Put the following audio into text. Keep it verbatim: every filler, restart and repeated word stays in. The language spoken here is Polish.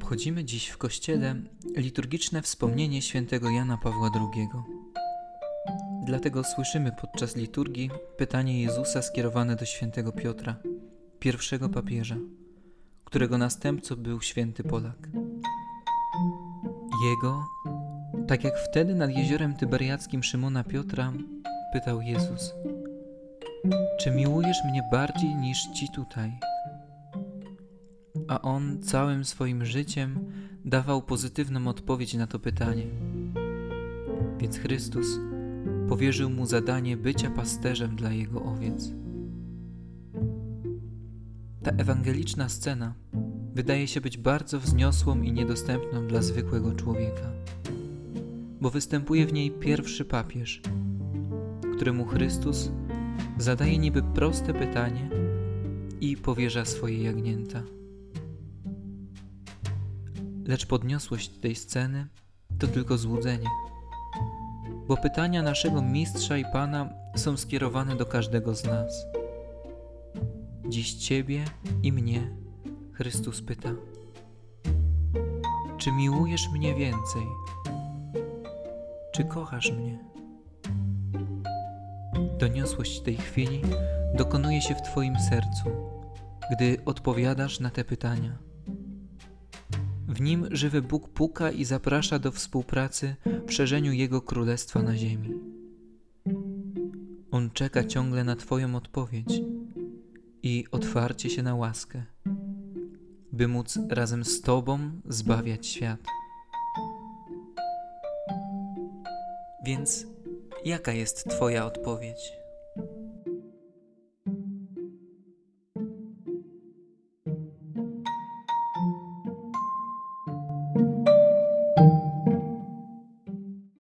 Obchodzimy dziś w Kościele liturgiczne wspomnienie świętego Jana Pawła drugiego. Dlatego słyszymy podczas liturgii pytanie Jezusa skierowane do świętego Piotra, pierwszego papieża, którego następcą był święty Polak. Jego, tak jak wtedy nad jeziorem tyberiackim Szymona Piotra, pytał Jezus: czy miłujesz mnie bardziej niż ci tutaj? A on całym swoim życiem dawał pozytywną odpowiedź na to pytanie. Więc Chrystus powierzył mu zadanie bycia pasterzem dla jego owiec. Ta ewangeliczna scena wydaje się być bardzo wzniosłą i niedostępną dla zwykłego człowieka, bo występuje w niej pierwszy papież, któremu Chrystus zadaje niby proste pytanie i powierza swoje jagnięta. Lecz podniosłość tej sceny to tylko złudzenie, bo pytania naszego Mistrza i Pana są skierowane do każdego z nas. Dziś Ciebie i mnie Chrystus pyta: czy miłujesz mnie więcej? Czy kochasz mnie? Doniosłość tej chwili dokonuje się w Twoim sercu, gdy odpowiadasz na te pytania. W nim żywy Bóg puka i zaprasza do współpracy w szerzeniu Jego Królestwa na ziemi. On czeka ciągle na Twoją odpowiedź i otwarcie się na łaskę, by móc razem z Tobą zbawiać świat. Więc jaka jest Twoja odpowiedź? thank you